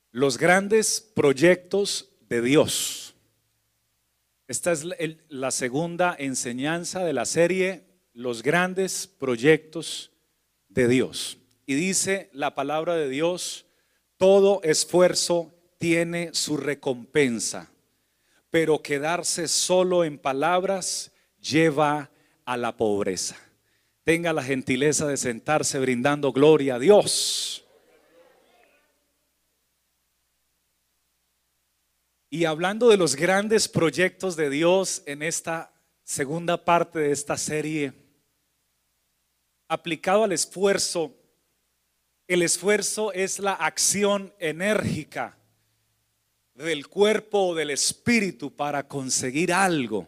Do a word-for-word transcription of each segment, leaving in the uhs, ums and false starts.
Los grandes proyectos de Dios. Esta es la segunda enseñanza de la serie, Los grandes proyectos de Dios. Y dice la palabra de Dios: todo esfuerzo tiene su recompensa, pero quedarse solo en palabras lleva a la pobreza. Tenga la gentileza de sentarse brindando gloria a Dios. Y hablando de los grandes proyectos de Dios en esta segunda parte de esta serie, aplicado al esfuerzo, el esfuerzo es la acción enérgica del cuerpo o del espíritu para conseguir algo.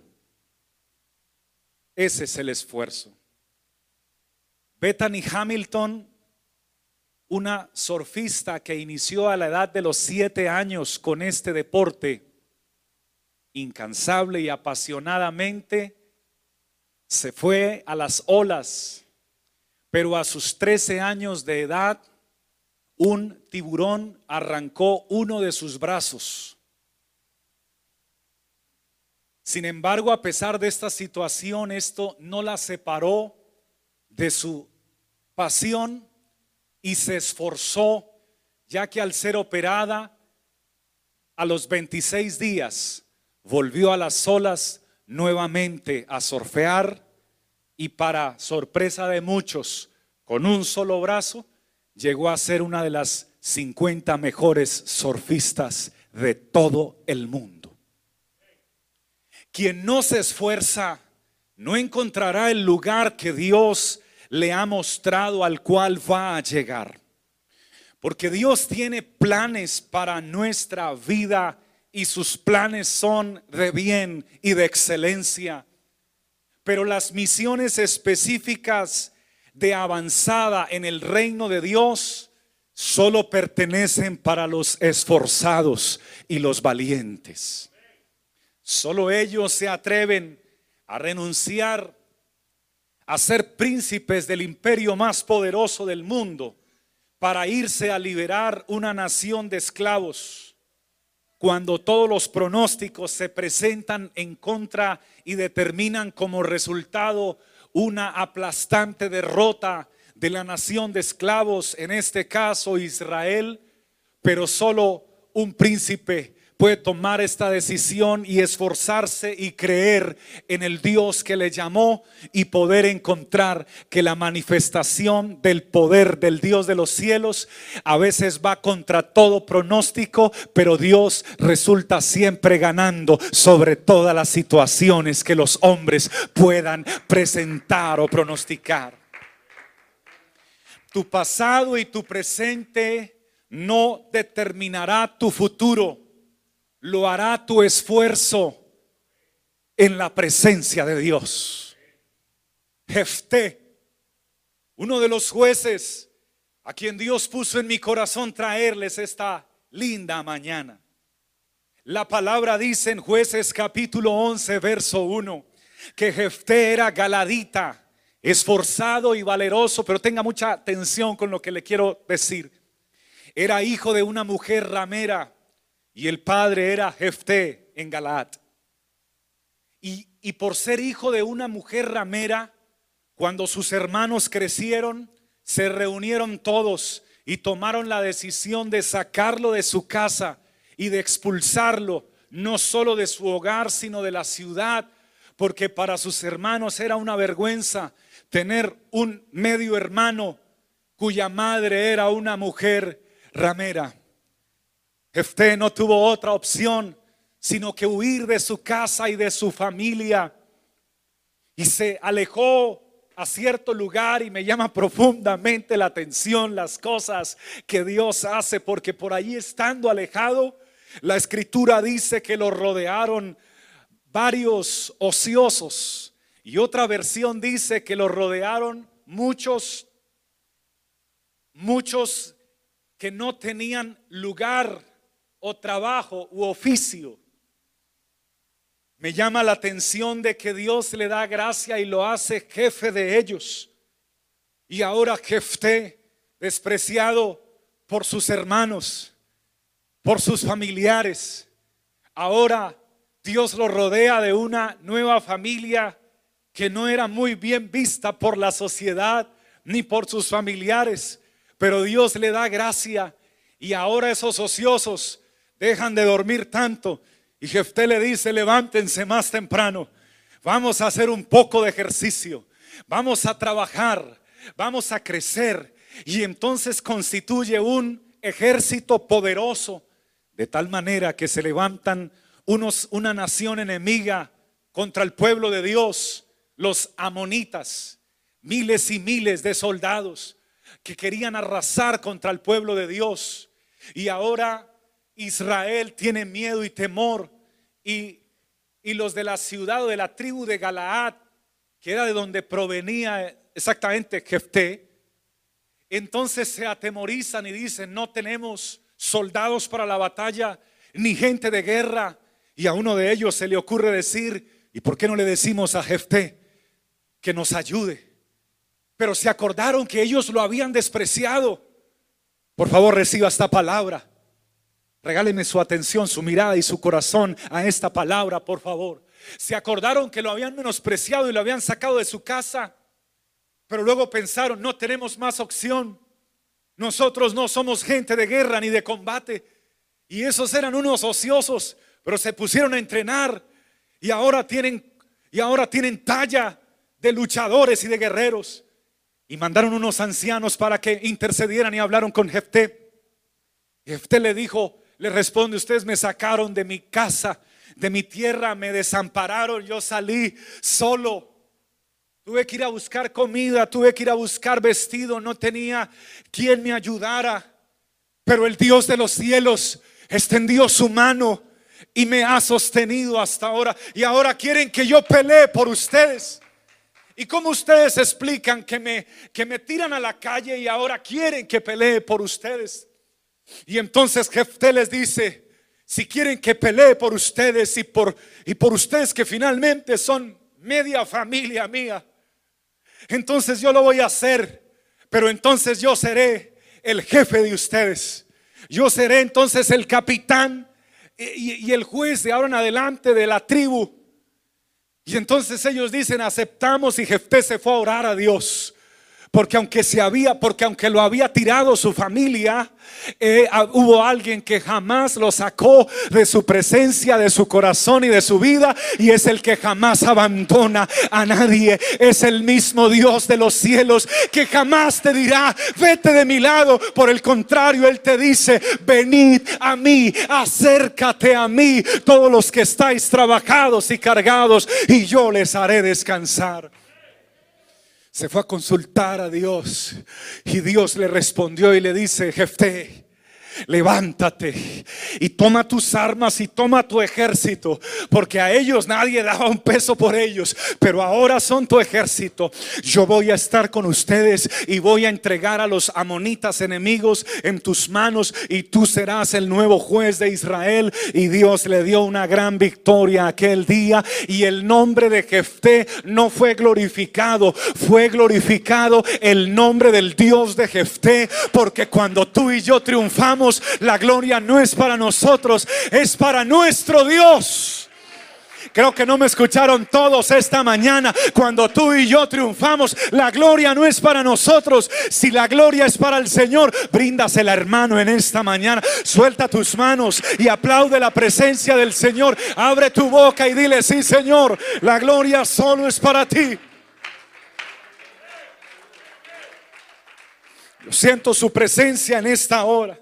Ese es el esfuerzo. Bethany Hamilton, una surfista que inició a la edad de los siete años con este deporte, incansable y apasionadamente, se fue a las olas, pero a sus trece años de edad, un tiburón arrancó uno de sus brazos. Sin embargo, a pesar de esta situación, esto no la separó de su pasión y se esforzó, ya que al ser operada a los veintiséis días volvió a las olas nuevamente a surfear, y para sorpresa de muchos, con un solo brazo llegó a ser una de las cincuenta mejores surfistas de todo el mundo. Quien no se esfuerza no encontrará el lugar que Dios le ha mostrado al cual va a llegar, porque Dios tiene planes para nuestra vida y sus planes son de bien y de excelencia. Pero las misiones específicas de avanzada en el reino de Dios solo pertenecen para los esforzados y los valientes. Solo ellos se atreven a renunciar a ser príncipes del imperio más poderoso del mundo para irse a liberar una nación de esclavos, cuando todos los pronósticos se presentan en contra y determinan como resultado una aplastante derrota de la nación de esclavos, en este caso Israel. Pero solo un príncipe puede tomar esta decisión y esforzarse y creer en el Dios que le llamó, y poder encontrar que la manifestación del poder del Dios de los cielos a veces va contra todo pronóstico, pero Dios resulta siempre ganando sobre todas las situaciones que los hombres puedan presentar o pronosticar. Tu pasado y tu presente no determinará tu futuro. Lo hará tu esfuerzo en la presencia de Dios. Jefté, uno de los jueces a quien Dios puso en mi corazón traerles esta linda mañana. La palabra dice en Jueces capítulo once verso uno que Jefté era galadita, esforzado y valeroso. Pero tenga mucha atención con lo que le quiero decir. Era hijo de una mujer ramera, y el padre era Jefté en Galaad. Y, y por ser hijo de una mujer ramera, cuando sus hermanos crecieron, se reunieron todos y tomaron la decisión de sacarlo de su casa y de expulsarlo, no solo de su hogar, sino de la ciudad, porque para sus hermanos era una vergüenza tener un medio hermano cuya madre era una mujer ramera. Jefté no tuvo otra opción sino que huir de su casa y de su familia, y se alejó a cierto lugar. Y me llama profundamente la atención las cosas que Dios hace, porque por allí, estando alejado, la escritura dice que lo rodearon varios ociosos, y otra versión dice que lo rodearon muchos muchos que no tenían lugar o trabajo u oficio. Me llama la atención de que Dios le da gracia y lo hace jefe de ellos. Y ahora Jefté, despreciado por sus hermanos, por sus familiares. Ahora Dios lo rodea de una nueva familia que no era muy bien vista por la sociedad ni por sus familiares, pero Dios le da gracia y ahora esos ociosos dejan de dormir tanto y Jefté le dice: levántense más temprano, vamos a hacer un poco de ejercicio, vamos a trabajar, vamos a crecer. Y entonces constituye un ejército poderoso, de tal manera que se levantan unos, una nación enemiga contra el pueblo de Dios, los amonitas, miles y miles de soldados que querían arrasar contra el pueblo de Dios. Y ahora Israel tiene miedo y temor, y, y los de la ciudad o de la tribu de Galaad, que era de donde provenía exactamente Jefté, entonces se atemorizan y dicen: no tenemos soldados para la batalla, ni gente de guerra. Y a uno de ellos se le ocurre decir: ¿y por qué no le decimos a Jefté que nos ayude? Pero se acordaron que ellos lo habían despreciado. Por favor, reciba esta palabra. Regáleme su atención, su mirada y su corazón a esta palabra, por favor. Se acordaron que lo habían menospreciado y lo habían sacado de su casa, pero luego pensaron: no tenemos más opción. Nosotros no somos gente de guerra ni de combate. Y esos eran unos ociosos, pero se pusieron a entrenar y ahora tienen, y ahora tienen talla de luchadores y de guerreros. Y mandaron unos ancianos para que intercedieran y hablaron con Jefté. Jefté le dijo, le responde: ustedes me sacaron de mi casa, de mi tierra, me desampararon, yo salí solo. Tuve que ir a buscar comida, tuve que ir a buscar vestido, no tenía quien me ayudara. Pero el Dios de los cielos extendió su mano y me ha sostenido hasta ahora. Y ahora quieren que yo pelee por ustedes. ¿Y cómo ustedes explican que me, que me tiran a la calle y ahora quieren que pelee por ustedes? Y entonces Jefté les dice: si quieren que pelee por ustedes y por, y por ustedes que finalmente son media familia mía, entonces yo lo voy a hacer. Pero entonces yo seré el jefe de ustedes. Yo seré entonces el capitán y, y el juez de ahora en adelante de la tribu. Y entonces ellos dicen: aceptamos. Y Jefté se fue a orar a Dios. Porque aunque se había, porque aunque lo había tirado su familia, eh, hubo alguien que jamás lo sacó de su presencia, de su corazón y de su vida, y es el que jamás abandona a nadie. Es el mismo Dios de los cielos que jamás te dirá: vete de mi lado. Por el contrario, Él te dice: venid a mí, acércate a mí, todos los que estáis trabajados y cargados, y yo les haré descansar. Se fue a consultar a Dios y Dios le respondió y le dice: Jefté, levántate y toma tus armas y toma tu ejército, porque a ellos nadie daba un peso por ellos, pero ahora son tu ejército. Yo voy a estar con ustedes y voy a entregar a los amonitas enemigos en tus manos, y tú serás el nuevo juez de Israel. Y Dios le dio una gran victoria aquel día, y el nombre de Jefté no fue glorificado, fue glorificado el nombre del Dios de Jefté, porque cuando tú y yo triunfamos, la gloria no es para nosotros, es para nuestro Dios. Creo que no me escucharon todos esta mañana. Cuando tú y yo triunfamos, la gloria no es para nosotros. Si la gloria es para el Señor, bríndasela, hermano, en esta mañana. Suelta tus manos y aplaude la presencia del Señor. Abre tu boca y dile: sí, Señor, la gloria solo es para ti. Yo siento su presencia en esta hora.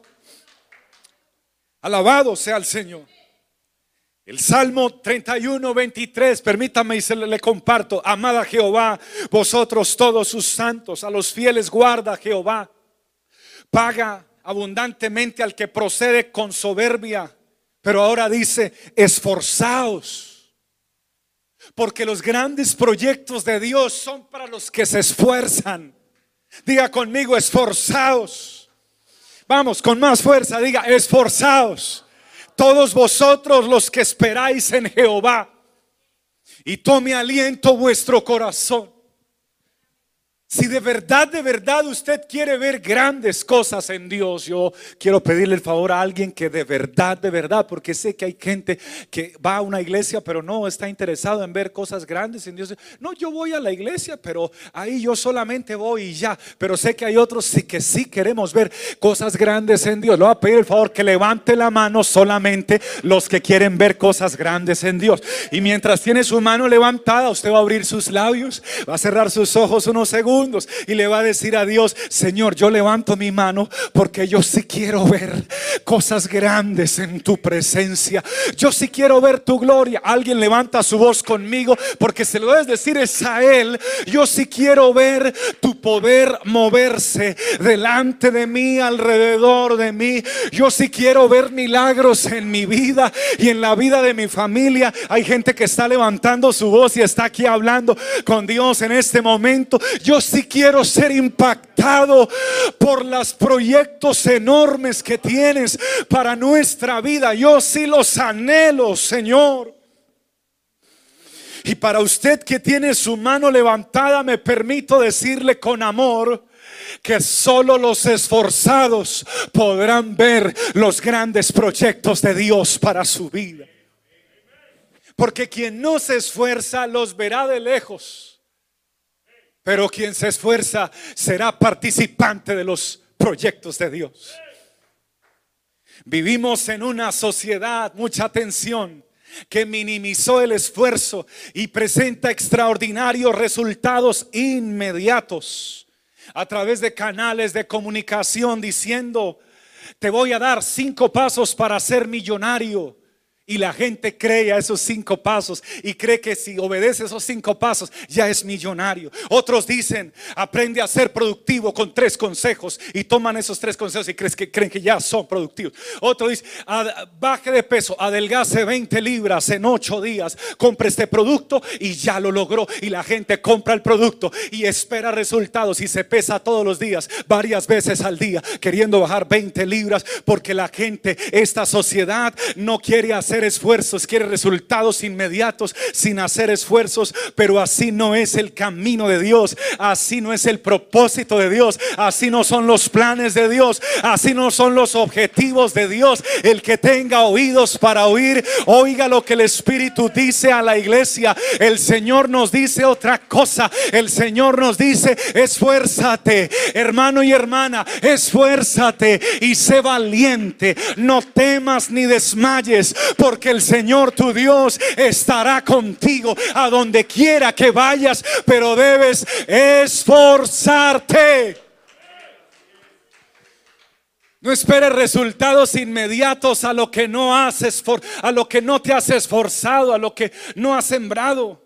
Alabado sea el Señor. El Salmo treinta y uno, veintitrés, permítame y se le, le comparto. Amad a Jehová, vosotros todos sus santos, a los fieles guarda Jehová. Paga abundantemente al que procede con soberbia. Pero ahora dice: esforzaos, porque los grandes proyectos de Dios son para los que se esfuerzan. Diga conmigo: esforzaos. Vamos, con más fuerza, diga: esforzaos, todos vosotros los que esperáis en Jehová, y tome aliento vuestro corazón. Si de verdad, de verdad usted quiere ver grandes cosas en Dios, yo quiero pedirle el favor a alguien que de verdad, de verdad, porque sé que hay gente que va a una iglesia pero no está interesado en ver cosas grandes en Dios. No, yo voy a la iglesia, pero ahí yo solamente voy y ya. Pero sé que hay otros sí que sí queremos ver cosas grandes en Dios. Le voy a pedir el favor que levante la mano solamente los que quieren ver cosas grandes en Dios. Y mientras tiene su mano levantada, usted va a abrir sus labios, va a cerrar sus ojos unos segundos y le va a decir a Dios: Señor, yo levanto mi mano porque yo sí quiero ver cosas grandes en tu presencia. Yo sí quiero ver tu gloria. Alguien levanta su voz conmigo, porque se lo debes decir es a Él. Yo sí quiero ver tu poder moverse delante de mí, alrededor de mí. Yo sí quiero ver milagros en mi vida y en la vida de mi familia. Hay gente que está levantando su voz y está aquí hablando con Dios en este momento. Yo sí quiero ser impactado por los proyectos enormes que tienes para nuestra vida. Yo sí los anhelo, Señor. Y para usted que tiene su mano levantada, me permito decirle con amor que solo los esforzados podrán ver los grandes proyectos de Dios para su vida. Porque quien no se esfuerza los verá de lejos, pero quien se esfuerza será participante de los proyectos de Dios. Vivimos en una sociedad, mucha atención, que minimizó el esfuerzo y presenta extraordinarios resultados inmediatos a través de canales de comunicación diciendo: te voy a dar cinco pasos para ser millonario. Y la gente cree a esos cinco pasos y cree que si obedece esos cinco pasos ya es millonario. Otros dicen: aprende a ser productivo con tres consejos, y toman esos tres consejos y creen que, creen que ya son productivos. Otro dice: baje de peso, adelgace veinte libras en ocho días, compre este producto y ya lo logró. Y la gente compra el producto y espera resultados y se pesa todos los días, varias veces al día, queriendo bajar veinte libras, porque la gente, esta sociedad, no quiere hacer esfuerzos, quiere resultados inmediatos sin hacer esfuerzos. Pero así no es el camino de Dios, así no es el propósito de Dios, así no son los planes de Dios, así no son los objetivos de Dios. El que tenga oídos para oír, oiga lo que el Espíritu dice a la iglesia. El Señor nos dice otra cosa. El Señor nos dice: esfuérzate, hermano y hermana, esfuérzate y sé valiente, no temas ni desmayes, porque el Señor tu Dios estará contigo a donde quiera que vayas, pero debes esforzarte. No esperes resultados inmediatos a lo que no has esfor- a lo que no te has esforzado, a lo que no has sembrado.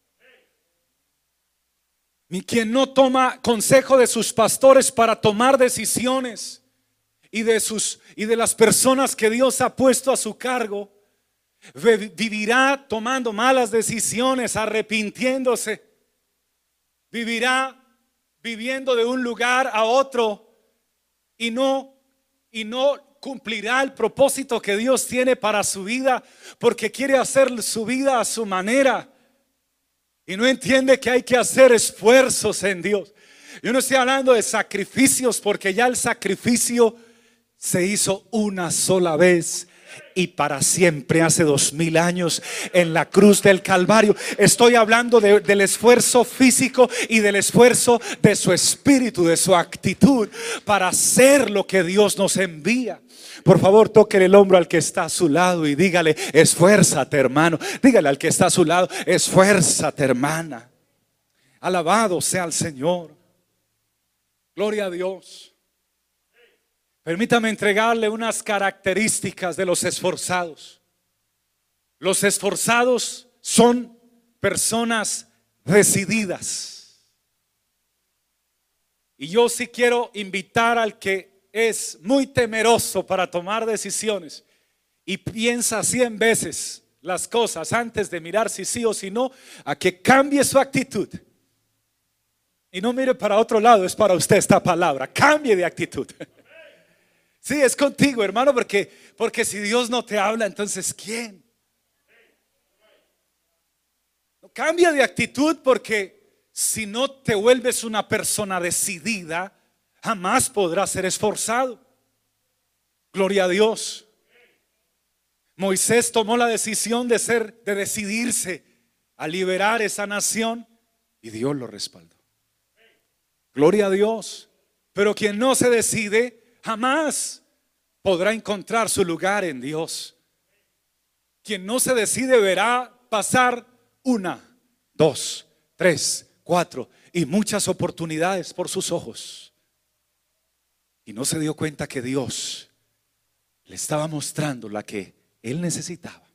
Ni quien no toma consejo de sus pastores para tomar decisiones, y de sus y de las personas que Dios ha puesto a su cargo, vivirá tomando malas decisiones, arrepintiéndose. Vivirá viviendo de un lugar a otro y no y no cumplirá el propósito que Dios tiene para su vida, porque quiere hacer su vida a su manera y no entiende que hay que hacer esfuerzos en Dios. Yo no estoy hablando de sacrificios, porque ya el sacrificio se hizo una sola vez y para siempre, hace dos mil años, en la cruz del Calvario. Estoy hablando de, del esfuerzo físico y del esfuerzo de su espíritu, de su actitud para hacer lo que Dios nos envía. Por favor, toque el hombro al que está a su lado y dígale: esfuérzate, hermano. Dígale al que está a su lado: esfuérzate, hermana. Alabado sea el Señor. Gloria a Dios. Permítame entregarle unas características de los esforzados. Los esforzados son personas decididas. Y yo sí quiero invitar al que es muy temeroso para tomar decisiones y piensa cien veces las cosas antes de mirar si sí o si no, a que cambie su actitud. Y no mire para otro lado, es para usted esta palabra: cambie de actitud. Sí, es contigo, hermano, porque, porque si Dios no te habla, entonces ¿quién? No, cambia de actitud, porque si no te vuelves una persona decidida, jamás podrás ser esforzado. Gloria a Dios. Moisés tomó la decisión de ser, de decidirse a liberar esa nación y Dios lo respaldó. Gloria a Dios. Pero quien no se decide jamás podrá encontrar su lugar en Dios. Quien no se decide verá pasar una, dos, tres, cuatro y muchas oportunidades por sus ojos. Y no se dio cuenta que Dios le estaba mostrando la que él necesitaba.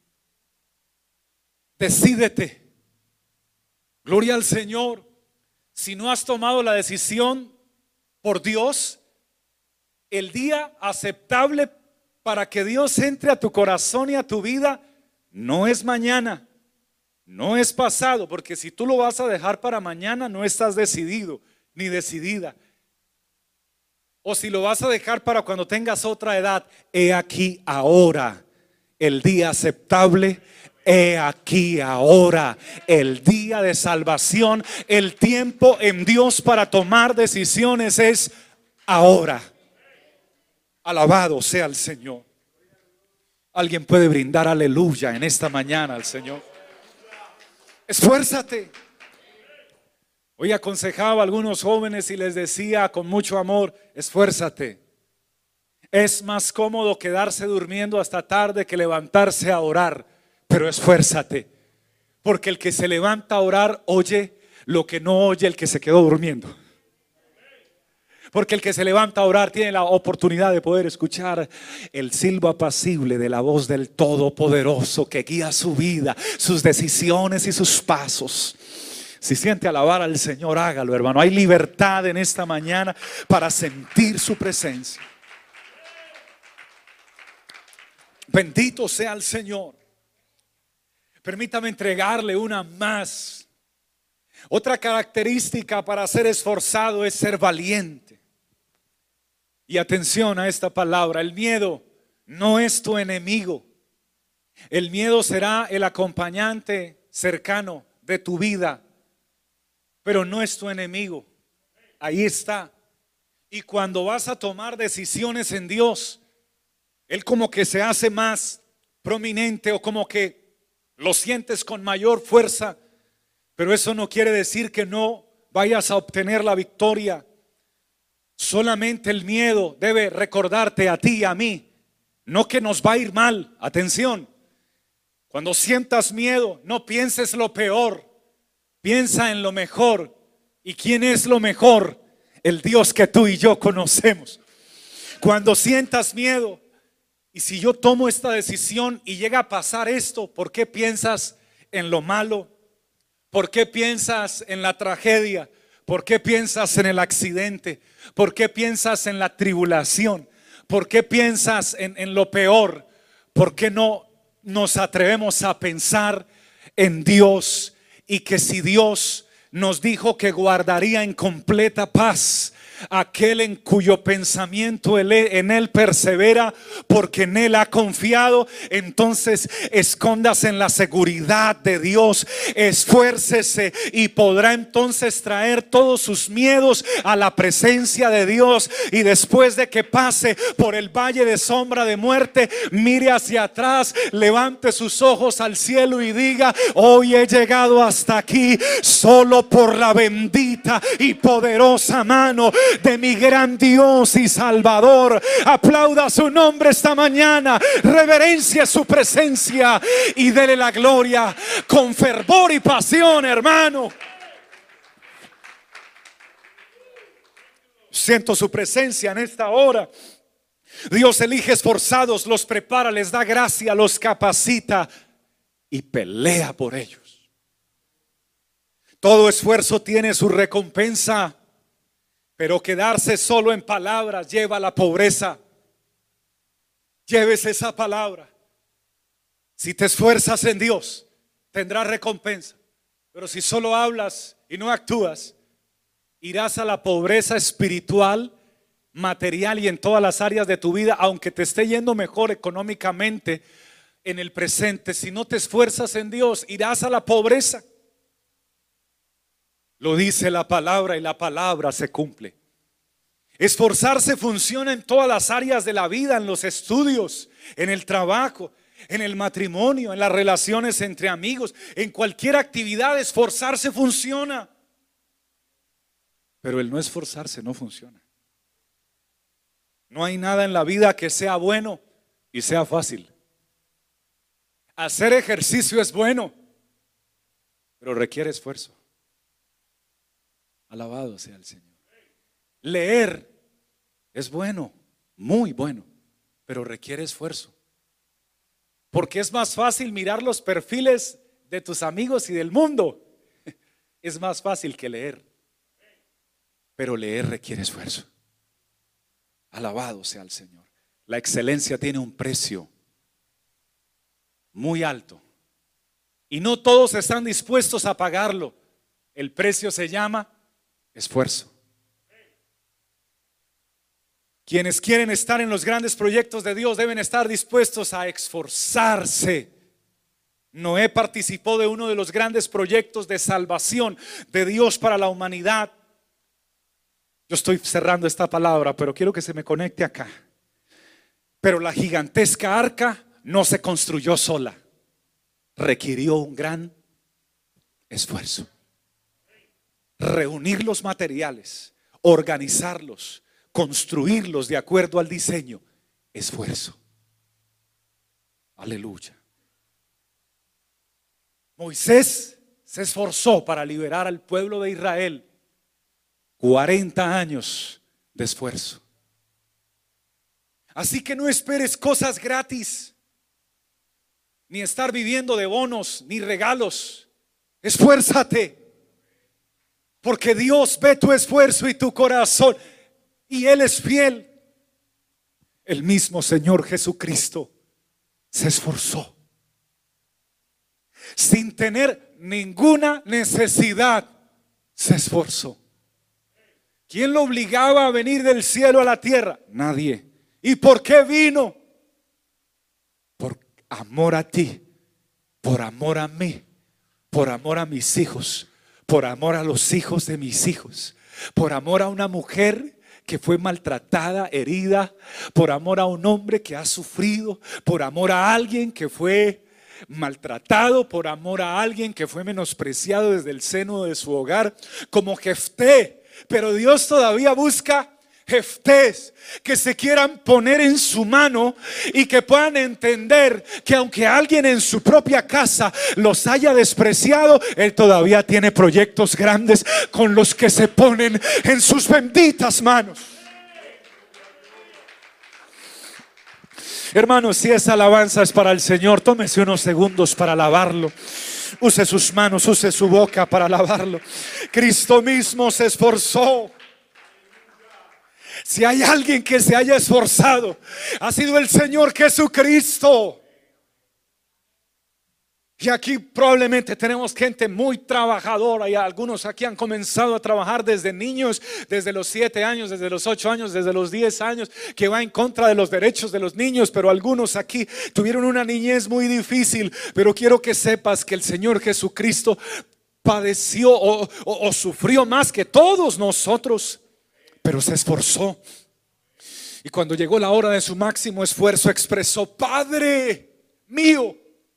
Decídete. Gloria al Señor. Si no has tomado la decisión por Dios, el día aceptable para que Dios entre a tu corazón y a tu vida no es mañana, no es pasado, porque si tú lo vas a dejar para mañana no estás decidido ni decidida. O si lo vas a dejar para cuando tengas otra edad, he aquí ahora el día aceptable. He aquí ahora el día de salvación. El tiempo en Dios para tomar decisiones es ahora. Alabado sea el Señor. Alguien puede brindar aleluya en esta mañana al Señor. Esfuérzate. Hoy aconsejaba a algunos jóvenes y les decía con mucho amor: esfuérzate. Es más cómodo quedarse durmiendo hasta tarde que levantarse a orar. Pero esfuérzate, porque el que se levanta a orar oye lo que no oye el que se quedó durmiendo. Porque el que se levanta a orar tiene la oportunidad de poder escuchar el silbo apacible de la voz del Todopoderoso que guía su vida, sus decisiones y sus pasos. Si siente alabar al Señor, hágalo, hermano. Hay libertad en esta mañana para sentir su presencia. Bendito sea el Señor. Permítame entregarle una más. Otra característica para ser esforzado es ser valiente. Y atención a esta palabra: el miedo no es tu enemigo. El miedo será el acompañante cercano de tu vida, pero no es tu enemigo. Ahí está. Y cuando vas a tomar decisiones en Dios, Él como que se hace más prominente, o como que lo sientes con mayor fuerza. Pero eso no quiere decir que no vayas a obtener la victoria. Solamente el miedo debe recordarte a ti y a mí, no que nos va a ir mal. Atención, cuando sientas miedo, no pienses lo peor, piensa en lo mejor. ¿Y quién es lo mejor? El Dios que tú y yo conocemos. Cuando sientas miedo, y si yo tomo esta decisión y llega a pasar esto, ¿por qué piensas en lo malo? ¿Por qué piensas en la tragedia? ¿Por qué piensas en el accidente? ¿Por qué piensas en la tribulación? ¿Por qué piensas en, en lo peor? ¿Por qué no nos atrevemos a pensar en Dios? Y que si Dios nos dijo que guardaría en completa paz aquel en cuyo pensamiento él, en él persevera, porque en él ha confiado, entonces escóndase en la seguridad de Dios, esfuércese y podrá entonces traer todos sus miedos a la presencia de Dios. Y después de que pase por el valle de sombra de muerte, mire hacia atrás, levante sus ojos al cielo y diga: hoy he llegado hasta aquí solo por la bendita y poderosa mano de mi gran Dios y Salvador. Aplauda su nombre esta mañana, reverencia su presencia y dele la gloria con fervor y pasión, hermano. Siento su presencia en esta hora. Dios elige esforzados, los prepara, les da gracia, los capacita y pelea por ellos. Todo esfuerzo tiene su recompensa, pero quedarse solo en palabras lleva a la pobreza. Llévese esa palabra. Si te esfuerzas en Dios, tendrás recompensa. Pero si solo hablas y no actúas, irás a la pobreza espiritual, material y en todas las áreas de tu vida. Aunque te esté yendo mejor económicamente en el presente, si no te esfuerzas en Dios, irás a la pobreza. Lo dice la palabra y la palabra se cumple. Esforzarse funciona en todas las áreas de la vida, en los estudios, en el trabajo, en el matrimonio, en las relaciones entre amigos, en cualquier actividad. Esforzarse funciona. Pero el no esforzarse no funciona. No hay nada en la vida que sea bueno y sea fácil. Hacer ejercicio es bueno, pero requiere esfuerzo. Alabado sea el Señor. Leer es bueno, muy bueno, pero requiere esfuerzo. Porque es más fácil mirar los perfiles de tus amigos y del mundo. Es más fácil que leer. Pero leer requiere esfuerzo. Alabado sea el Señor. La excelencia tiene un precio muy alto y no todos están dispuestos a pagarlo. El precio se llama esfuerzo. Quienes quieren estar en los grandes proyectos de Dios deben estar dispuestos a esforzarse. Noé participó de uno de los grandes proyectos de salvación de Dios para la humanidad. Yo estoy cerrando esta palabra, pero quiero que se me conecte acá. Pero la gigantesca arca no se construyó sola. Requirió un gran esfuerzo. Reunir los materiales, organizarlos, construirlos de acuerdo al diseño. Esfuerzo. Aleluya. Moisés se esforzó para liberar al pueblo de Israel. cuarenta años de esfuerzo. Así que no esperes cosas gratis, ni estar viviendo de bonos, ni regalos. Esfuérzate, porque Dios ve tu esfuerzo y tu corazón, y Él es fiel. El mismo Señor Jesucristo se esforzó sin tener ninguna necesidad. Se esforzó. ¿Quién lo obligaba a venir del cielo a la tierra? Nadie. ¿Y por qué vino? Por amor a ti, por amor a mí, por amor a mis hijos, por amor a los hijos de mis hijos, por amor a una mujer que fue maltratada, herida, por amor a un hombre que ha sufrido, por amor a alguien que fue maltratado, por amor a alguien que fue menospreciado desde el seno de su hogar, como Jefté. Pero Dios todavía busca Jeftés que se quieran poner en su mano y que puedan entender que aunque alguien en su propia casa los haya despreciado, Él todavía tiene proyectos grandes con los que se ponen en sus benditas manos. Hermanos, si esa alabanza es para el Señor, tómese unos segundos para alabarlo. Use sus manos, use su boca para alabarlo. Cristo mismo se esforzó. Si hay alguien que se haya esforzado, ha sido el Señor Jesucristo. Y aquí probablemente tenemos gente muy trabajadora, y algunos aquí han comenzado a trabajar desde niños, desde los siete años, desde los ocho años, desde los diez años, que va en contra de los derechos de los niños. Pero algunos aquí tuvieron una niñez muy difícil. Pero quiero que sepas que el Señor Jesucristo padeció o, o, o sufrió más que todos nosotros, pero se esforzó. Y cuando llegó la hora de su máximo esfuerzo, expresó: Padre mío,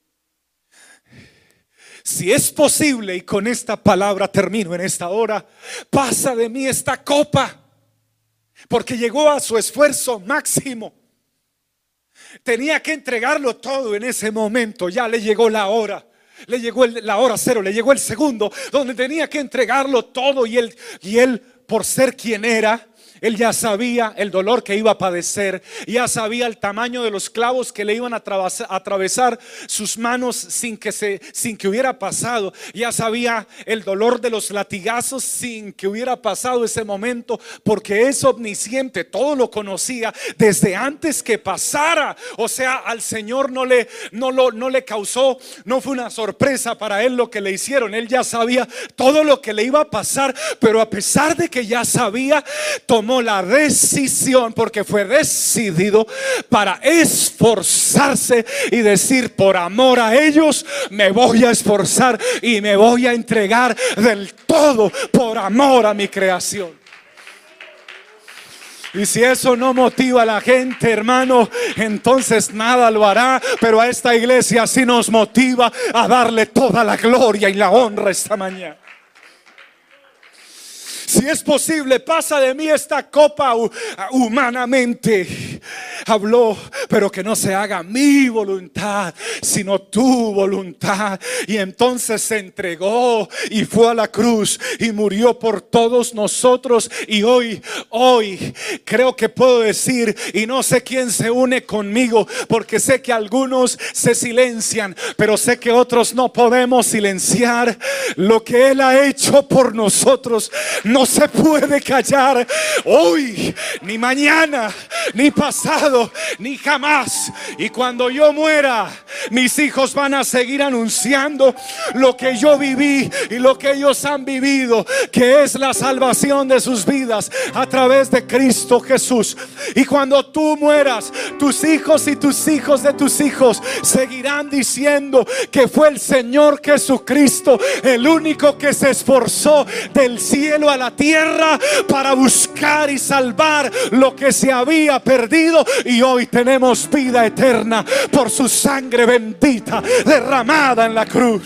si es posible, y con esta palabra termino en esta hora, pasa de mí esta copa. Porque llegó a su esfuerzo máximo. Tenía que entregarlo todo en ese momento. Ya le llegó la hora. Le llegó el, la hora cero, le llegó el segundo donde tenía que entregarlo todo. Y él, y él, por ser quien era, él ya sabía el dolor que iba a padecer, ya sabía el tamaño de los clavos que le iban a atravesar, a atravesar sus manos sin que, se, sin que hubiera pasado, ya sabía el dolor de los latigazos sin que hubiera pasado ese momento, porque es omnisciente, todo lo conocía desde antes que pasara. O sea, al Señor no le, no lo, no le causó, no fue una sorpresa para él lo que le hicieron. Él ya sabía todo lo que le iba a pasar, pero a pesar de que ya sabía, tomó tomó la decisión, porque fue decidido, para esforzarse y decir: por amor a ellos me voy a esforzar y me voy a entregar del todo por amor a mi creación. Y si eso no motiva a la gente, hermano, entonces nada lo hará. Pero a esta iglesia sí nos motiva a darle toda la gloria y la honra esta mañana. Si es posible, pasa de mí esta copa. Humanamente habló, pero que no se haga mi voluntad, sino tu voluntad. Y entonces se entregó y fue a la cruz y murió por todos nosotros. Y hoy, hoy creo que puedo decir, y no sé quién se une conmigo, porque sé que algunos se silencian, pero sé que otros no podemos silenciar lo que Él ha hecho por nosotros. No se puede callar hoy, ni mañana, ni pasado, ni jamás. Y cuando yo muera, mis hijos van a seguir anunciando lo que yo viví y lo que ellos han vivido, que es la salvación de sus vidas a través de Cristo Jesús. Y cuando tú mueras, tus hijos y tus hijos de tus hijos seguirán diciendo que fue el Señor Jesucristo el único que se esforzó del cielo a la tierra para buscar y salvar lo que se había perdido. Y hoy tenemos vida eterna por su sangre bendita derramada en la cruz.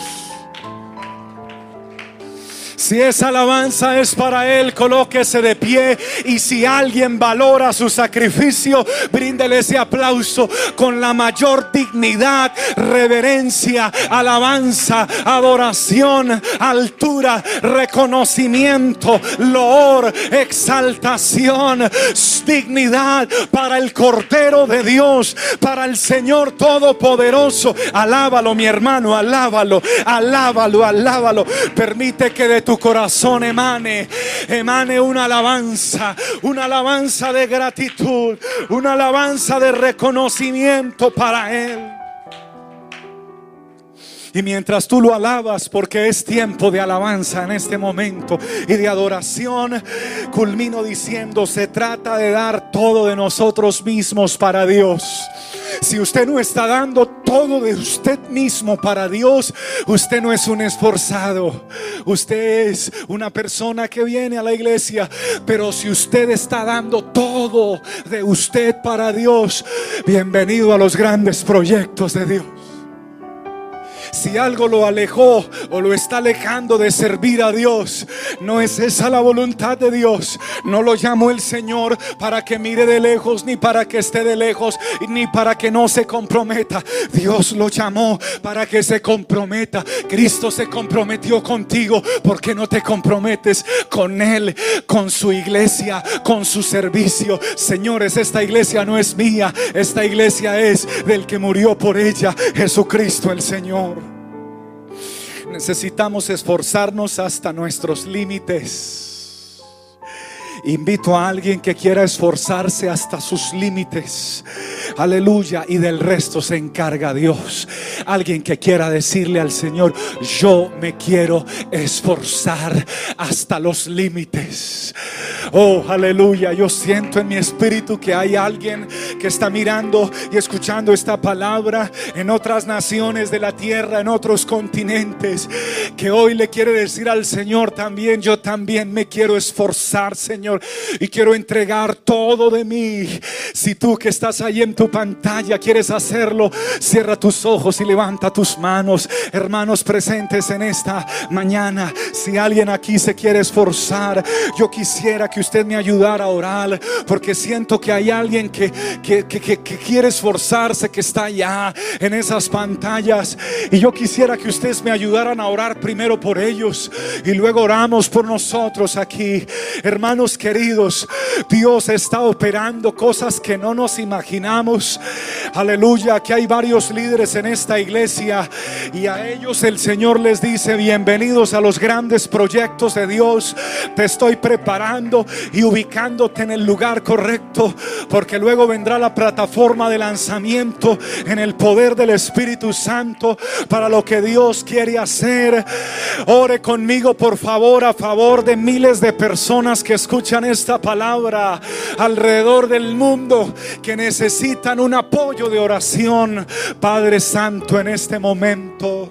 Si esa alabanza es para Él, colóquese de pie. Y si alguien valora su sacrificio, bríndele ese aplauso con la mayor dignidad, reverencia, alabanza, adoración, altura, reconocimiento, loor, exaltación, dignidad para el Cordero de Dios, para el Señor Todopoderoso. Alábalo, mi hermano, alábalo, alábalo, alábalo. Permite que de tu corazón emane, emane una alabanza, una alabanza de gratitud, una alabanza de reconocimiento para Él. Y mientras tú lo alabas, porque es tiempo de alabanza en este momento y de adoración, culmino diciendo: se trata de dar todo de nosotros mismos para Dios. Si usted no está dando todo de usted mismo para Dios, usted no es un esforzado. Usted es una persona que viene a la iglesia. Pero si usted está dando todo de usted para Dios, bienvenido a los grandes proyectos de Dios. Si algo lo alejó o lo está alejando de servir a Dios, no es esa la voluntad de Dios. No lo llamó el Señor para que mire de lejos, ni para que esté de lejos, ni para que no se comprometa. Dios lo llamó para que se comprometa. Cristo se comprometió contigo. ¿Por qué no te comprometes con Él, con su iglesia, con su servicio? Señores, esta iglesia no es mía. Esta iglesia es del que murió por ella, Jesucristo el Señor. Necesitamos esforzarnos hasta nuestros límites. Invito a alguien que quiera esforzarse hasta sus límites. Aleluya. Y del resto se encarga Dios. Alguien que quiera decirle al Señor: yo me quiero esforzar hasta los límites. Oh, aleluya. Yo siento en mi espíritu que hay alguien que está mirando y escuchando esta palabra en otras naciones de la tierra, en otros continentes, que hoy le quiere decir al Señor también: yo también me quiero esforzar, Señor, y quiero entregar todo de mí. Si tú que estás ahí en tu pantalla quieres hacerlo, cierra tus ojos y levanta tus manos. Hermanos presentes en esta mañana, si alguien aquí se quiere esforzar, yo quisiera que usted me ayudara a orar, porque siento que hay alguien que, que, que, que, que quiere esforzarse, que está allá en esas pantallas, y yo quisiera que ustedes me ayudaran a orar primero por ellos y luego oramos por nosotros aquí. Hermanos queridos, Dios está operando cosas que no nos imaginamos. Aleluya, que hay varios líderes en esta iglesia y a ellos el Señor les dice: bienvenidos a los grandes grandes proyectos de Dios. Te estoy preparando y ubicándote en el lugar correcto, porque luego vendrá la plataforma de lanzamiento en el poder del Espíritu Santo para lo que Dios quiere hacer. Ore conmigo, por favor, a favor de miles de personas que escuchan esta palabra alrededor del mundo, que necesitan un apoyo de oración. Padre Santo, en este momento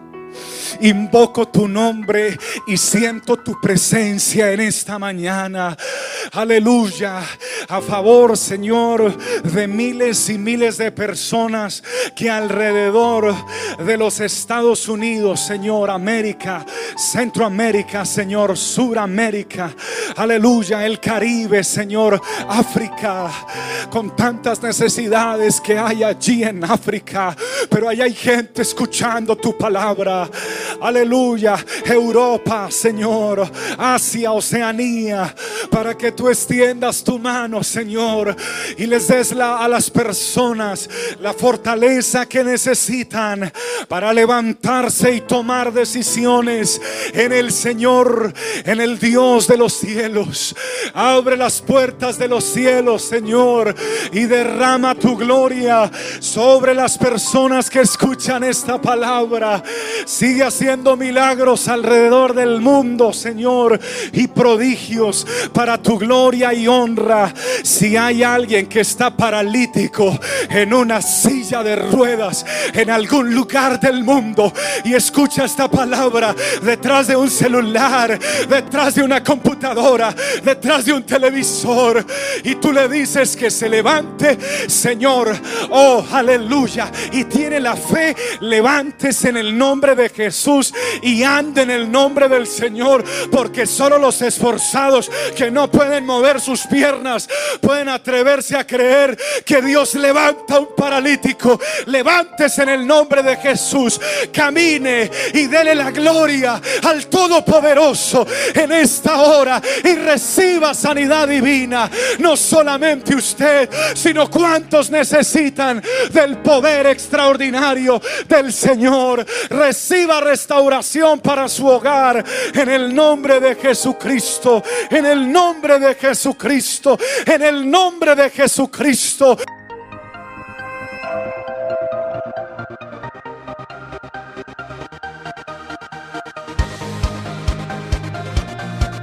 invoco tu nombre y siento tu presencia en esta mañana. Aleluya. A favor, Señor, de miles y miles de personas que alrededor de los Estados Unidos, Señor, América, Centroamérica, Señor, Suramérica, aleluya, el Caribe, Señor, África, con tantas necesidades que hay allí en África, pero ahí hay gente escuchando tu palabra. Aleluya. Europa, Señor, Asia, Oceanía, para que tú extiendas tu mano, Señor, y les des la, a las personas la fortaleza que necesitan para levantarse y tomar decisiones en el Señor, en el Dios de los cielos. Abre las puertas de los cielos, Señor, y derrama tu gloria sobre las personas que escuchan esta palabra. Sigue haciendo milagros alrededor del mundo, Señor, y prodigios para tu gloria y honra. Si hay alguien que está paralítico en una silla de ruedas en algún lugar del mundo y escucha esta palabra detrás de un celular, detrás de una computadora, detrás de un televisor, y tú le dices que se levante, Señor, oh aleluya, y tiene la fe, levántese en el nombre de Jesús y ande en el nombre del Señor, porque solo los esforzados que no pueden mover sus piernas pueden atreverse a creer que Dios levanta a un paralítico. Levántese en el nombre de Jesús, camine y dele la gloria al Todopoderoso en esta hora y reciba sanidad divina. No solamente usted, sino cuantos necesitan del poder extraordinario del Señor. Reciba restauración para su hogar en el nombre de Jesucristo, en el nombre de Jesucristo, en el nombre de Jesucristo.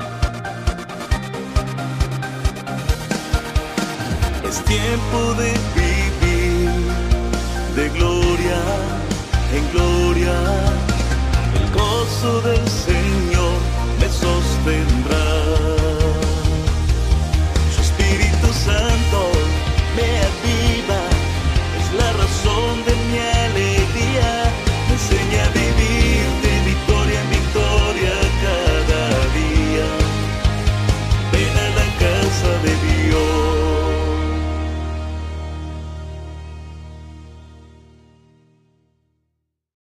Es tiempo de